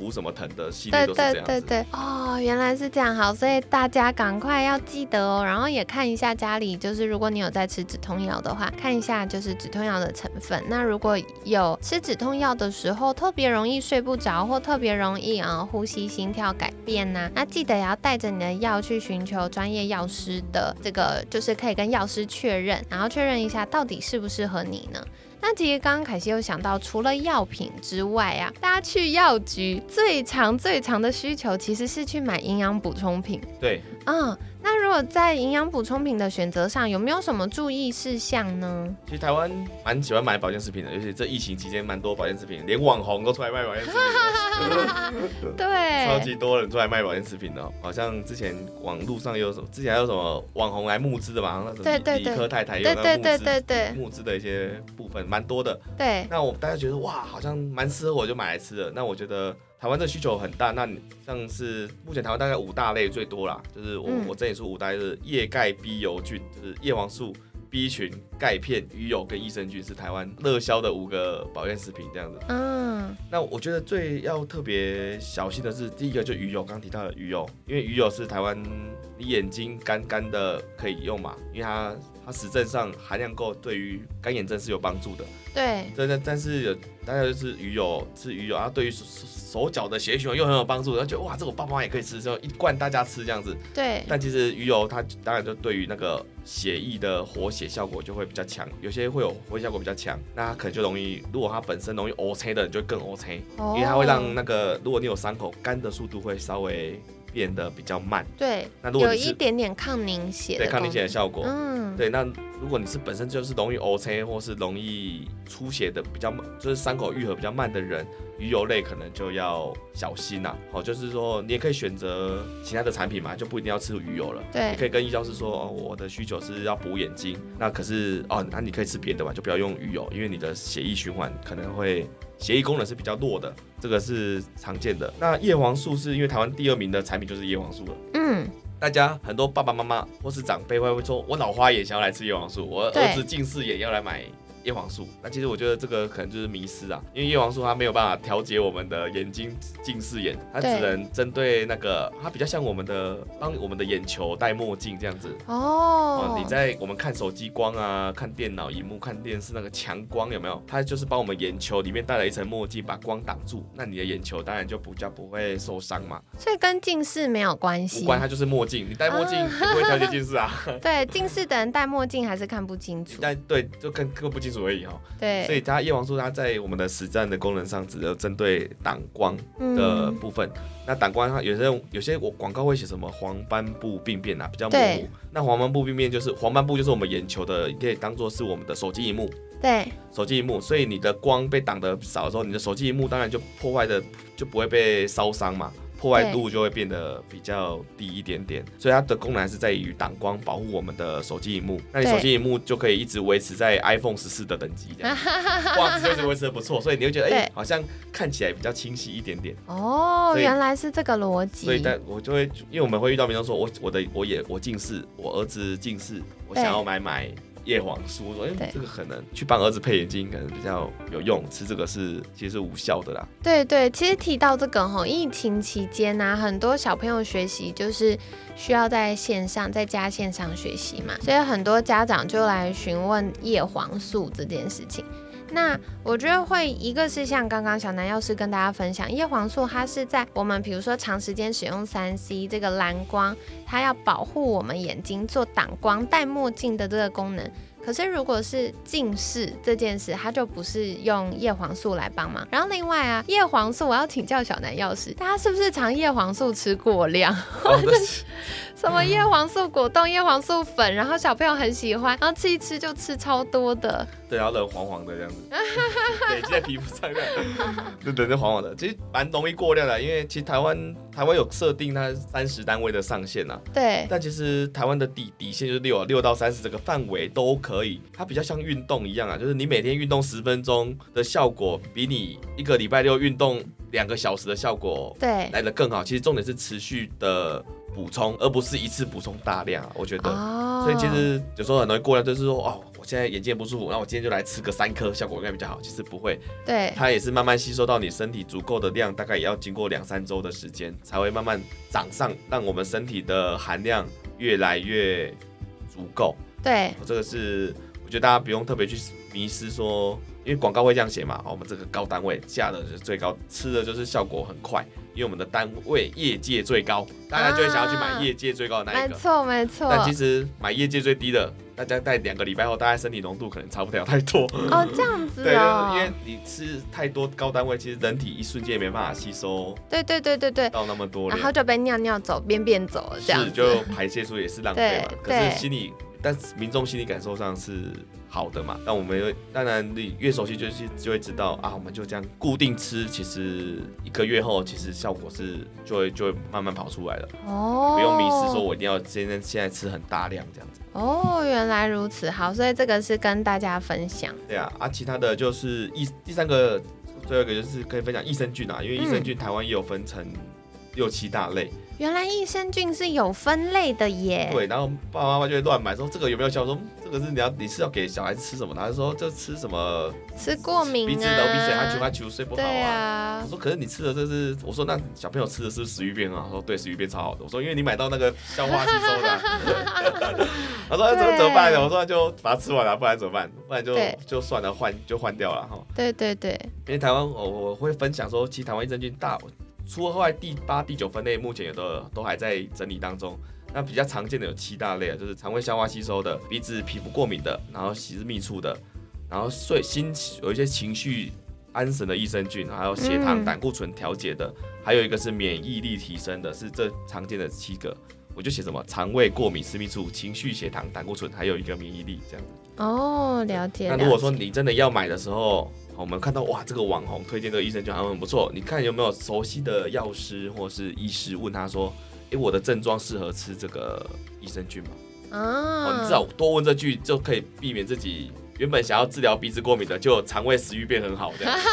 [SPEAKER 2] 图什么疼的系列都是这样子。
[SPEAKER 3] 对对对对，哦，原来是这样，好，所以大家赶快要记得哦，然后也看一下家里，就是如果你有在吃止痛药的话，看一下就是止痛药的成分。那如果有吃止痛药的时候特别容易睡不着，或特别容易啊、呃、呼吸心跳改变呐、啊，那记得也要带着你的药去寻求专业药师的这个，就是可以跟药师确认，然后确认一下到底适不适合你呢。那其实刚刚凯西有想到，除了药品之外啊，大家去药局最常最常的需求其实是去买营养补充品。
[SPEAKER 2] 对，
[SPEAKER 3] 嗯，那如果在营养补充品的选择上，有没有什么注意事项呢？
[SPEAKER 2] 其实台湾蛮喜欢买保健食品的，尤其这疫情期间蛮多保健食品，连网红都出来卖保健食品
[SPEAKER 3] 对，
[SPEAKER 2] 超级多人出来卖保健食品的、哦，好像之前网络上有什么，之前还有什么网红来募资的嘛，那什么理科太太有那个募资，对对对对对，募资的一些部分蛮多的。
[SPEAKER 3] 对，
[SPEAKER 2] 那我大家觉得哇，好像蛮适合我就买来吃了。那我觉得台湾这需求很大，那像是目前台湾大概五大类最多啦，就是我、嗯、我这里说五大类就是叶钙 B 油菌，就是叶黄素、B 群、钙片、鱼油跟益生菌是台湾热销的五个保健食品这样子。嗯，那我觉得最要特别小心的是第一个就鱼油，刚刚提到的鱼油，因为鱼油是台湾你眼睛干干的可以用嘛，因为它它实证上含量够，对于干眼症是有帮助的。
[SPEAKER 3] 对，
[SPEAKER 2] 但但是有大家就是鱼油，吃鱼油，然后对于手手脚的血液循环又很有帮助，然后觉得哇，这个爸妈也可以吃，就一罐大家吃这样子。对。但其实鱼油它当然就对于那个血液的活血效果就会比较强，有些会有活血效果比较强，那它可能就容易，如果它本身容易 O C 的人就会更 O C，、哦、因为它会让那个如果你有伤口干的速度会稍微变得比较慢。
[SPEAKER 3] 对，那如果有一点点抗凝血的，
[SPEAKER 2] 对，抗凝血的效果。嗯，对，那如果你是本身就是容易 O C 或是容易出血的比较，就是伤口愈合比较慢的人，鱼油类可能就要小心啦。好、哦，就是说你也可以选择其他的产品嘛，就不一定要吃鱼油了。对，你可以跟医教师说，哦，我的需求是要补眼睛，那可是哦，那你可以吃别的嘛，就不要用鱼油，因为你的血液循环可能会。血液功能是比较弱的，这个是常见的。那叶黄素是因为台湾第二名的产品就是叶黄素了。嗯，大家很多爸爸妈妈或是长辈会会说，我老花眼想要来吃叶黄素，我儿子近视眼要来买叶黄素。那其实我觉得这个可能就是迷思啊，因为叶黄素它没有办法调节我们的眼睛近视眼，它只能针对那个，它比较像我们的帮我们的眼球戴墨镜这样子。哦，你在我们看手机光啊、看电脑荧幕、看电视那个强光有没有？它就是帮我们眼球里面戴了一层墨镜，把光挡住，那你的眼球当然就比较不会受伤嘛。
[SPEAKER 3] 所以跟近视没有关系，
[SPEAKER 2] 无关，它就是墨镜，你戴墨镜不会调节近视啊。
[SPEAKER 3] 对，近视的人戴墨镜还是看不清楚。
[SPEAKER 2] 但对，就看看不清楚而已哈。对，所以它叶黄素它在我们的实战的功能上，只有针对挡光的部分。嗯、那挡光它有些有些我广告会写什么黄斑部病变啊，比较模糊。那黄斑部病变就是黄斑部就是我们眼球的，你可以当做是我们的手机萤幕。对，手机萤幕，所以你的光被挡得少的时候，你的手机萤幕当然就破坏的就不会被烧伤嘛。破坏度就会变得比较低一点点，所以它的功能还是在于挡光，保护我们的手机萤幕。那你手机萤幕就可以一直维持在 iPhone 十四的等级，这样画质就是维持得不错，所以你会觉得哎、欸，好像看起来比较清晰一点点。哦，
[SPEAKER 3] 原来是这个逻辑。
[SPEAKER 2] 所以但我就会，因为我们会遇到民众说，我我的我也我近视，我儿子近视，我想要买买。叶黄素，我说哎、欸，这个可能去帮儿子配眼镜可能比较有用，吃这个是其实是无效的啦。
[SPEAKER 3] 对对，其实提到这个吼，疫情期间啊，很多小朋友学习就是需要在线上，在家线上学习嘛，所以很多家长就来询问叶黄素这件事情。那我觉得会一个是像刚刚小南药师跟大家分享，叶黄素它是在我们比如说长时间使用 三 C 这个蓝光，它要保护我们眼睛做挡光戴墨镜的这个功能。可是如果是近视这件事，它就不是用叶黄素来帮忙。然后另外啊，叶黄素我要请教小南药师，大家是不是常叶黄素吃过量？或者是什么叶黄素果冻、叶黄素粉，然后小朋友很喜欢，然后吃一吃就吃超多的。
[SPEAKER 2] 对，然后人黄黄的这样子，累积在皮肤上的，就人是黄黄的，其实蛮容易过量的。因为其实台湾台湾有设定它三十单位的上限啊，对。但其实台湾的底底线就是六啊，六到三十这个范围都可以。它比较像运动一样啊，就是你每天运动十分钟的效果，比你一个礼拜六运动两个小时的效果
[SPEAKER 3] 对
[SPEAKER 2] 来得更好。其实重点是持续的补充，而不是一次补充大量、啊、我觉得、哦、所以其实有时候很容易过量，就是说哦，我现在眼睛不舒服，那我今天就来吃个三颗，效果应该比较好。其实不会，
[SPEAKER 3] 对，
[SPEAKER 2] 它也是慢慢吸收到你身体足够的量，大概也要经过两三周的时间，才会慢慢长上，让我们身体的含量越来越足够。
[SPEAKER 3] 对，
[SPEAKER 2] 这个是我觉得大家不用特别去迷失说，因为广告会这样写嘛，我们这个高单位价的是最高，吃的就是效果很快，因为我们的单位业界最高，大家就会想要去买业界最高的那一个。
[SPEAKER 3] 没错没错。
[SPEAKER 2] 但其实买业界最低的，大家在两个礼拜后，大家身体浓度可能差不了太多。
[SPEAKER 3] 哦，这样子
[SPEAKER 2] 哦。对，因为你吃太多高单位，其实人体一瞬间也没办法吸收。
[SPEAKER 3] 对对对对对。
[SPEAKER 2] 到那么多，
[SPEAKER 3] 然后就被尿尿走、便便走了，这样子。
[SPEAKER 2] 是，就排泄出也是浪费嘛。可是心里。但民众心理感受上是好的嘛？但我们当然你越熟悉就就会知道啊，我们就这样固定吃，其实一个月后其实效果是就会就会慢慢跑出来了。哦，不用迷失说我一定要现在现在吃很大量这样子。
[SPEAKER 3] 哦，原来如此，好，所以这个是跟大家分享。
[SPEAKER 2] 对啊，啊，其他的就是益第三个，最后一个就是可以分享益生菌啊，因为益生菌台湾也有分成六七大类。嗯，
[SPEAKER 3] 原来益生菌是有分类的耶。
[SPEAKER 2] 对，然后爸爸妈妈就会乱买，说这个有没有效？说这个是你要你是要给小孩子吃什么？他就说这吃什么？
[SPEAKER 3] 吃过敏啊，
[SPEAKER 2] 鼻子流鼻水，他球他球睡不好啊。
[SPEAKER 3] 对啊。
[SPEAKER 2] 我说可是你吃的这是，我说那小朋友吃的是不是食欲变啊？他说对，食欲变超好的。我说因为你买到那个消化吸收的、啊。他说那怎么怎么办呢？我说那就把它吃完了，不然怎么办？不然就就算了，换就换掉了哈。
[SPEAKER 3] 对对对。
[SPEAKER 2] 因为台湾我我会分享说，其实台湾益生菌大。除了后来第八、第九分类，目前有的都还在整理当中。那比较常见的有七大类啊，就是肠胃消化吸收的、鼻子皮肤过敏的，然后喜蜜处的，然后睡心有一些情绪安神的益生菌，还有血糖、胆固醇调节的，嗯、还有一个是免疫力提升的，是这常见的七个。我就写什么肠胃过敏、私密处、情绪、血糖、胆固醇，还有一个免疫力这样子。
[SPEAKER 3] 哦，了解。
[SPEAKER 2] 那如果说你真的要买的时候，我们看到哇，这个网红推荐这个益生菌好像很不错，你看有没有熟悉的药师或是医师问他说，哎，我的症状适合吃这个益生菌吗？啊、哦，你至少多问这句就可以避免自己原本想要治疗鼻子过敏的，就肠胃食欲变很好这样。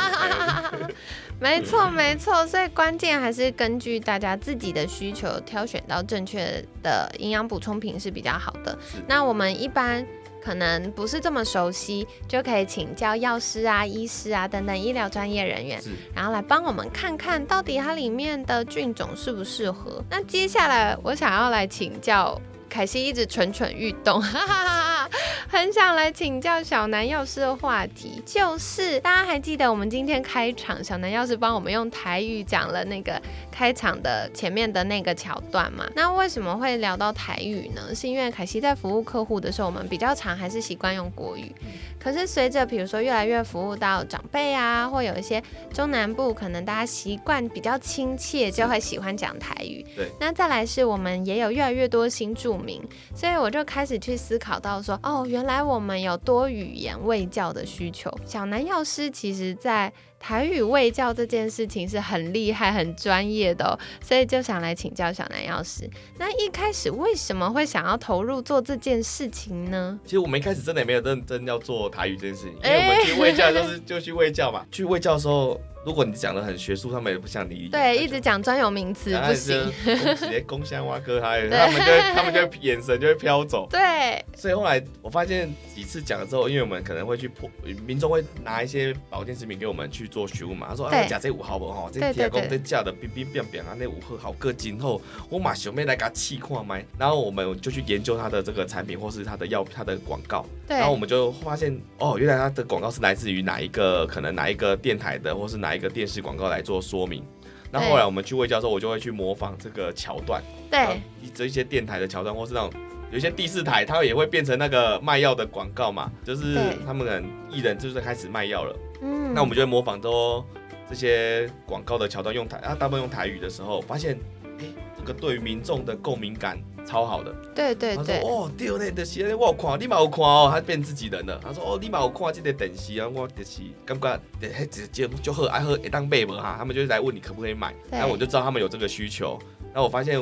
[SPEAKER 3] 没错没错，所以关键还是根据大家自己的需求挑选到正确的营养补充品是比较好的。那我们一般可能不是这么熟悉，就可以请教药师啊、医师啊等等医疗专业人员，然后来帮我们看看到底它里面的菌种适不适合。那接下来我想要来请教凯西，一直蠢蠢欲动，哈哈哈，很想来请教小南药师的话题，就是大家还记得我们今天开场，小南药师帮我们用台语讲了那个开场的前面的那个桥段嘛？那为什么会聊到台语呢？是因为凯西在服务客户的时候，我们比较常还是习惯用国语，可是随着比如说越来越服务到长辈啊，或有一些中南部可能大家习惯比较亲切，就会喜欢讲台语。
[SPEAKER 2] 对，
[SPEAKER 3] 那再来是我们也有越来越多新住民，所以我就开始去思考到说，哦，原来我们有多语言卫教的需求。小南药师其实在台语卫教这件事情是很厉害、很专业的哦，所以就想来请教小南药师。那一开始为什么会想要投入做这件事情呢？
[SPEAKER 2] 其实我们一开始真的也没有认真要做台语这件事情，因为我们去卫教就是就去卫教嘛，去卫教的时候。如果你讲的很学术，他们也不想理你。
[SPEAKER 3] 对，一直讲专有名词不行。
[SPEAKER 2] 直接攻香挖科，他们就会他们就会眼神就会飘走。
[SPEAKER 3] 对。所
[SPEAKER 2] 以后来我发现几次讲了之后，因为我们可能会去破，民众会拿一些保健食品给我们去做询问嘛。他说：“啊，我吃这五毫不吼，这铁公这价的冰冰变变啊，那五盒好个今后，我马想要来给他试看卖。”然后我们就去研究他的这个产品或是他的药、他的广告。然后我们就发现，哦，原来他的广告是来自于哪一个可能哪一个电台的，或是哪一个电视广告来做说明。那后来我们去卫教的时候，我就会去模仿这个桥段，
[SPEAKER 3] 对，
[SPEAKER 2] 这一些电台的桥段，或是那种有一些第四台，它也会变成那个卖药的广告嘛，就是他们可能艺人就是开始卖药了，嗯，那我们就会模仿说这些广告的桥段用台，啊，大部分用台语的时候，发现，哎，这个对于民众的共鸣感超好的。
[SPEAKER 3] 对对对。
[SPEAKER 2] 他说哦，对呢，就是我有看，你嘛有看哦，他变自己人了。他说哦，你嘛有看这个电视啊，我就是感觉迄一节目就好，爱好会当买无哈，他们就来问你可不可以买，然后我就知道他们有这个需求。然后我发现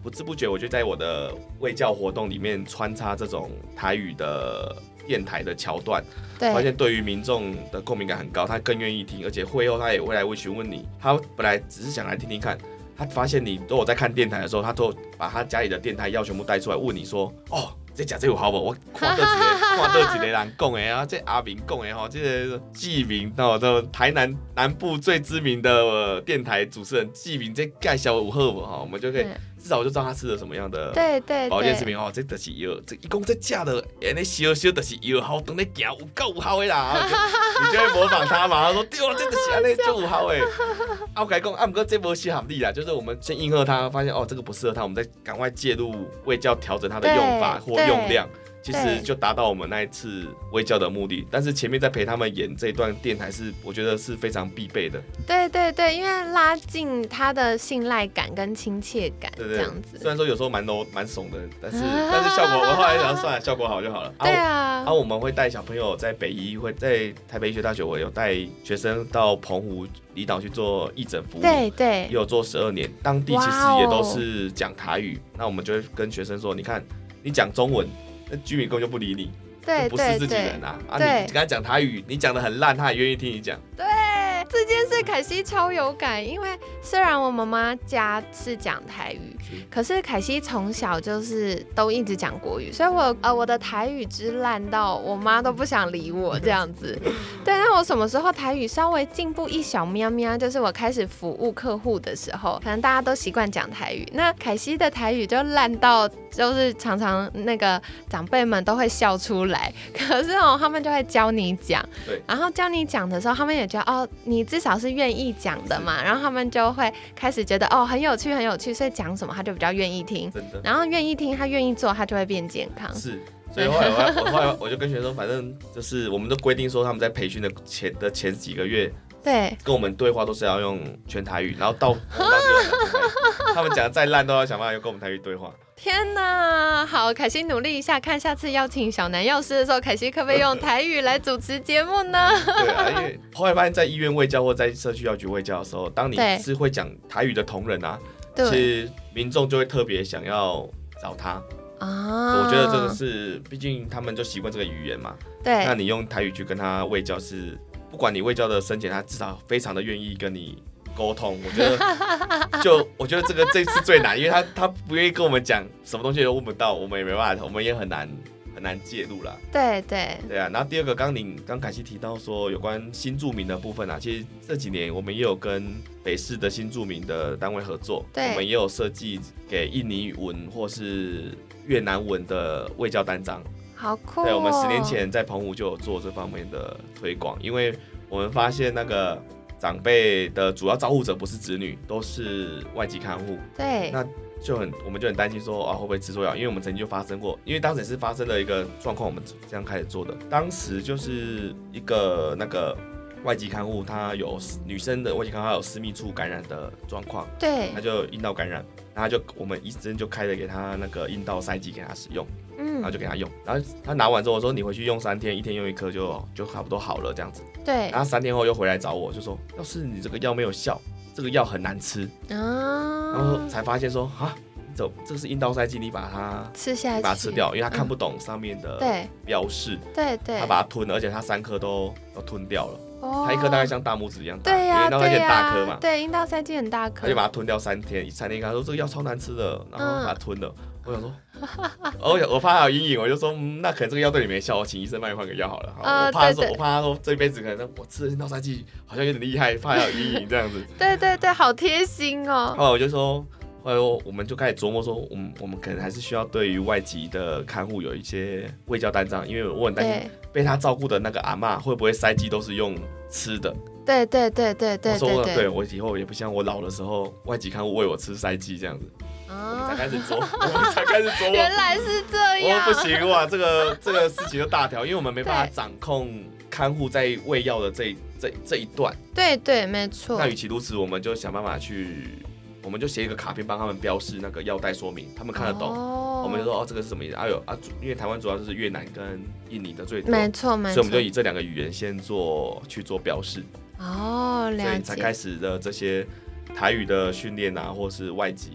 [SPEAKER 2] 不知不觉我就在我的卫教活动里面穿插这种台语的电台的桥段，发现对于民众的共鸣感很高，他更愿意听，而且会后他也会来询问你，他本来只是想来听听看，他发现你都有在看电台的时候，他都把他家里的电台药全部带出来问你说，哦。这讲这有好不？我看到一个，看到一个人讲的啊，这阿明讲的吼，这个纪明哦，这台南南部最知名的电台主持人纪明，这介绍有好不哈？我们就可以至少我就知道他吃了什么样的保健食品哦，这就是药，这一共这假的，安尼烧烧就是药好等咧行，有够有效的啦！你就会模仿他嘛，他说对啊，这就是安尼就有效的。啊，我跟你讲，啊，不过这不适合你啦，就是我们先应和他，发现哦这个不适合他，我们再赶快介入卫教调整他的用法或用量。其实就达到我们那一次卫教的目的，但是前面在陪他们演这一段电台是，我觉得是非常必备的。
[SPEAKER 3] 对对对，因为拉近他的信赖感跟亲切感，对对，这样子。
[SPEAKER 2] 虽然说有时候蛮 low 蛮怂的，但是但是效果，我后来想算了，效果好就好了。
[SPEAKER 3] 对啊。
[SPEAKER 2] 啊，我们会带小朋友在北医，会在台北医学大学，我有带学生到澎湖离岛去做义诊服务，
[SPEAKER 3] 对对，
[SPEAKER 2] 也有做十二年，当地其实也都是讲台语，那我们就会跟学生说，你看你讲中文。那居民根本就不理你，
[SPEAKER 3] 对，
[SPEAKER 2] 就不是自己人啊！啊，你跟他讲台语，你讲得很烂，他也愿意听你讲。
[SPEAKER 3] 对，这件事凯西超有感，因为虽然我妈妈家是讲台语，可是凯西从小就是都一直讲国语，所以我呃我的台语之烂到我妈都不想理我这样子。对，那我什么时候台语稍微进步一小喵喵，就是我开始服务客户的时候，可能大家都习惯讲台语，那凯西的台语就烂到就是常常那个长辈们都会笑出来，可是哦他们就会教你讲，然后教你讲的时候，他们也觉得哦你至少是愿意讲的嘛，然后他们就会开始觉得哦很有趣很有趣，所以讲什么他就比较愿意听，然后愿意听他愿意做，他就会变健康。
[SPEAKER 2] 是。所以后来我我后来我就跟学生，反正就是我们都规定说他们在培训的前的前几个月，
[SPEAKER 3] 对，
[SPEAKER 2] 跟我们对话都是要用全台语，然后到到他们讲的再烂都要想办法用跟我们台语对话。
[SPEAKER 3] 天哪，好，凯西努力一下，看下次邀请小南药师的时候，凯西可不可以用台语来主持节目呢？
[SPEAKER 2] 对啊，因为后来发现，在医院卫教或在社区药局卫教的时候，当你是会讲台语的同仁啊，其实民众就会特别想要找他。啊，我觉得这个是，毕竟他们就习惯这个语言嘛。对，那你用台语去跟他卫教是，不管你卫教的深浅，他至少非常的愿意跟你沟通。我觉得，就我觉得这个这次最难，因为他他不愿意跟我们讲，什么东西都问不到，我们也没办法，我们也很难很难介入啦。
[SPEAKER 3] 对对对
[SPEAKER 2] 啊，然后第二个，刚您刚凯西提到说有关新住民的部分啊，其实这几年我们也有跟北市的新住民的单位合作，我们也有设计给印尼文或是越南文的卫教单张，
[SPEAKER 3] 好酷、哦！
[SPEAKER 2] 对，我们十年前在澎湖就有做这方面的推广，因为我们发现那个长辈的主要照护者不是子女，都是外籍看护。
[SPEAKER 3] 对，
[SPEAKER 2] 那就很我们就很担心说啊会不会吃错药，因为我们曾经就发生过，因为当时也是发生了一个状况，我们这样开始做的。当时就是一个那个外籍看护，她有女生的外籍看护，她有私密处感染的状况，
[SPEAKER 3] 对，
[SPEAKER 2] 她就阴道感染。然后就我们医生就开了给他那个阴道塞剂给他使用，嗯，然后就给他用，然后他拿完之后我说你回去用三天，一天用一颗就就差不多好了这样子。
[SPEAKER 3] 对，
[SPEAKER 2] 然后三天后又回来找我，就说要是你这个药没有效，这个药很难吃，啊，然后才发现说啊，这这个是阴道塞剂，你把它
[SPEAKER 3] 吃下去，
[SPEAKER 2] 把它吃掉，因为他看不懂上面的标示，
[SPEAKER 3] 对对，
[SPEAKER 2] 他把它吞了，而且他三颗都都吞掉了。它一颗大概像大拇指一样大，
[SPEAKER 3] 对呀、啊，
[SPEAKER 2] 阴道塞剂很大颗嘛，
[SPEAKER 3] 对，阴道塞剂很大颗，
[SPEAKER 2] 他就把它吞掉三天，三天跟他说这个药超难吃的，然后把它吞了。嗯、我想说，我我怕他有阴影，我就说，嗯，那可能这个药对你没效，我请医生帮你换个药好了。呃、我怕他说，我怕他说这一辈子可能我吃的阴道塞剂好像有点厉害，怕他有阴影这样子。
[SPEAKER 3] 对对对，好贴心哦。
[SPEAKER 2] 后来我就说。后来我们就开始琢磨说，我们我们可能还是需要对于外籍的看护有一些卫教单张，因为我很担心被他照顾的那个阿嬷会不会塞剂都是用吃的。
[SPEAKER 3] 对对对对对
[SPEAKER 2] 我说对，我以后也不希望我老的时候外籍看护喂我吃塞剂这样子。哦、我们才开始琢磨，我们才开始琢磨，
[SPEAKER 3] 原来是这样。
[SPEAKER 2] 我不行哇，这个这个事情就大条，因为我们没办法掌控看护在喂药的这这这一段。
[SPEAKER 3] 对对，没错。
[SPEAKER 2] 那与其如此，我们就想办法去。我们就写一个卡片帮他们标示那个药袋说明，他们看得懂。哦、我们就说哦，这个是什么意思？哎呦啊，因为台湾主要就是越南跟印尼的最多，
[SPEAKER 3] 没错没错。
[SPEAKER 2] 所以我们就以这两个语言先做去做标示。
[SPEAKER 3] 哦，了解。
[SPEAKER 2] 所以才开始的这些台语的训练啊，或是外籍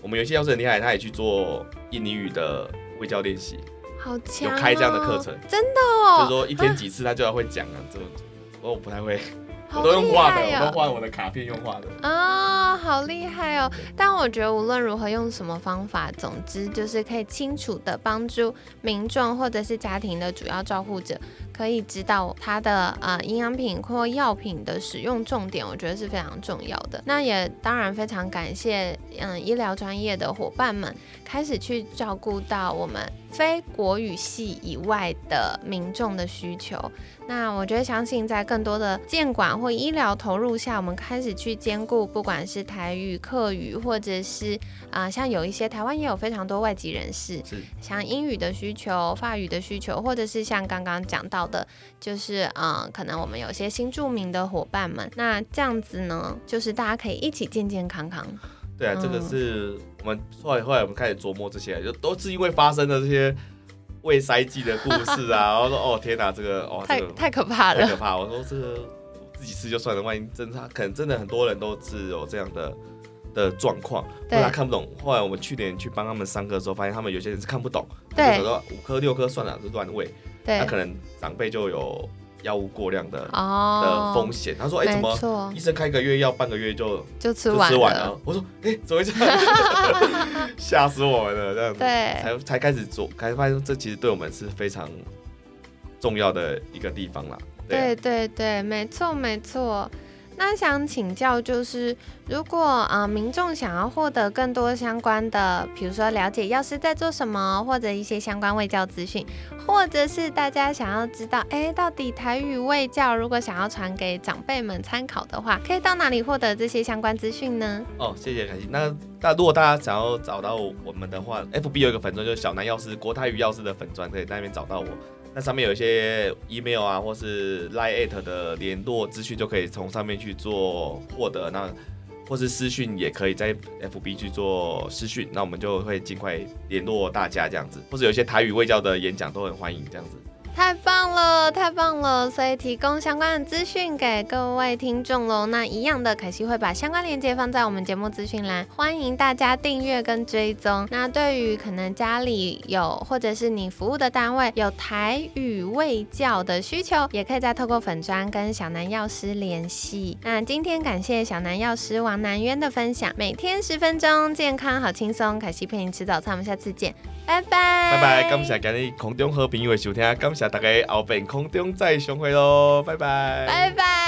[SPEAKER 2] 我们有些药师很厉害，他也去做印尼语的卫教练习，
[SPEAKER 3] 好强、哦，
[SPEAKER 2] 有开这样的课程，
[SPEAKER 3] 真的哦，
[SPEAKER 2] 就是说一天几次他就要会讲啊，这种我不太会。
[SPEAKER 3] 哦、
[SPEAKER 2] 我都用画的，我都画我的卡片用画的。
[SPEAKER 3] 哦，好厉害哦！但我觉得无论如何用什么方法，总之就是可以清楚的帮助民众或者是家庭的主要照护者，可以知道它的呃营养品或药品的使用重点，我觉得是非常重要的。那也当然非常感谢嗯医疗专业的伙伴们，开始去照顾到我们非国语系以外的民众的需求。那我觉得相信在更多的健管或医疗投入下，我们开始去兼顾不管是台语、客语，或者是啊、呃、像有一些台湾也有非常多外籍人士，像英语的需求、法语的需求，或者是像刚刚讲到的，就是嗯、呃、可能我们有些新住民的伙伴们，那这样子呢，就是大家可以一起健健康康。
[SPEAKER 2] 对啊，嗯、这个是我们后来后来我们开始琢磨这些，就都是因为发生的这些胃塞剂的故事啊，然后说哦天哪，这个哦
[SPEAKER 3] 太、
[SPEAKER 2] 这个、
[SPEAKER 3] 太可怕了，
[SPEAKER 2] 太可怕！我说这个自己吃就算了，万一真的可能真的很多人都是有这样的的状况，或者他看不懂。后来我们去年去帮他们上课的时候，发现他们有些人是看不懂，
[SPEAKER 3] 对，
[SPEAKER 2] 就说五颗六颗算了，是乱喂。
[SPEAKER 3] 对，
[SPEAKER 2] 那可能长辈就有药物过量的、
[SPEAKER 3] 哦、
[SPEAKER 2] 的风险。他说：“哎、欸，怎么医生开一个月药，半个月就
[SPEAKER 3] 就吃完了？”
[SPEAKER 2] 就吃完了我说：“哎、欸，怎么会这样？吓死我们了！”这样子，
[SPEAKER 3] 对，
[SPEAKER 2] 才才开始做，才发现这其实对我们是非常重要的一个地方啦。对、啊、
[SPEAKER 3] 对对对，没错没错。那想请教，就是如果呃民众想要获得更多相关的，比如说了解药师在做什么，或者一些相关卫教资讯，或者是大家想要知道，哎，到底台语卫教如果想要传给长辈们参考的话，可以到哪里获得这些相关资讯呢？
[SPEAKER 2] 哦，谢谢凯西。那那如果大家想要找到我们的话 ，F B 有一个粉专，就是小南药师国台语药师的粉专，可以在那边找到我。那上面有一些 email 啊，或是 line at 的联络资讯，就可以从上面去做获得。那或是私讯也可以在 F B 去做私讯，那我们就会尽快联络大家这样子。或是有一些台语卫教的演讲都很欢迎这样子。
[SPEAKER 3] 太棒了，太棒了！所以提供相关的资讯给各位听众喽。那一样的，凯西会把相关链接放在我们节目资讯栏，欢迎大家订阅跟追踪。那对于可能家里有或者是你服务的单位有台语卫教的需求，也可以再透过粉专跟小南药师联系。那今天感谢小南药师王南渊的分享，每天十分钟，健康好轻松。凯西陪你吃早餐，我们下次见。拜拜
[SPEAKER 2] 拜拜，感谢今日空中好朋友的收听，感谢大家后边空中再相会咯，拜拜
[SPEAKER 3] 拜拜。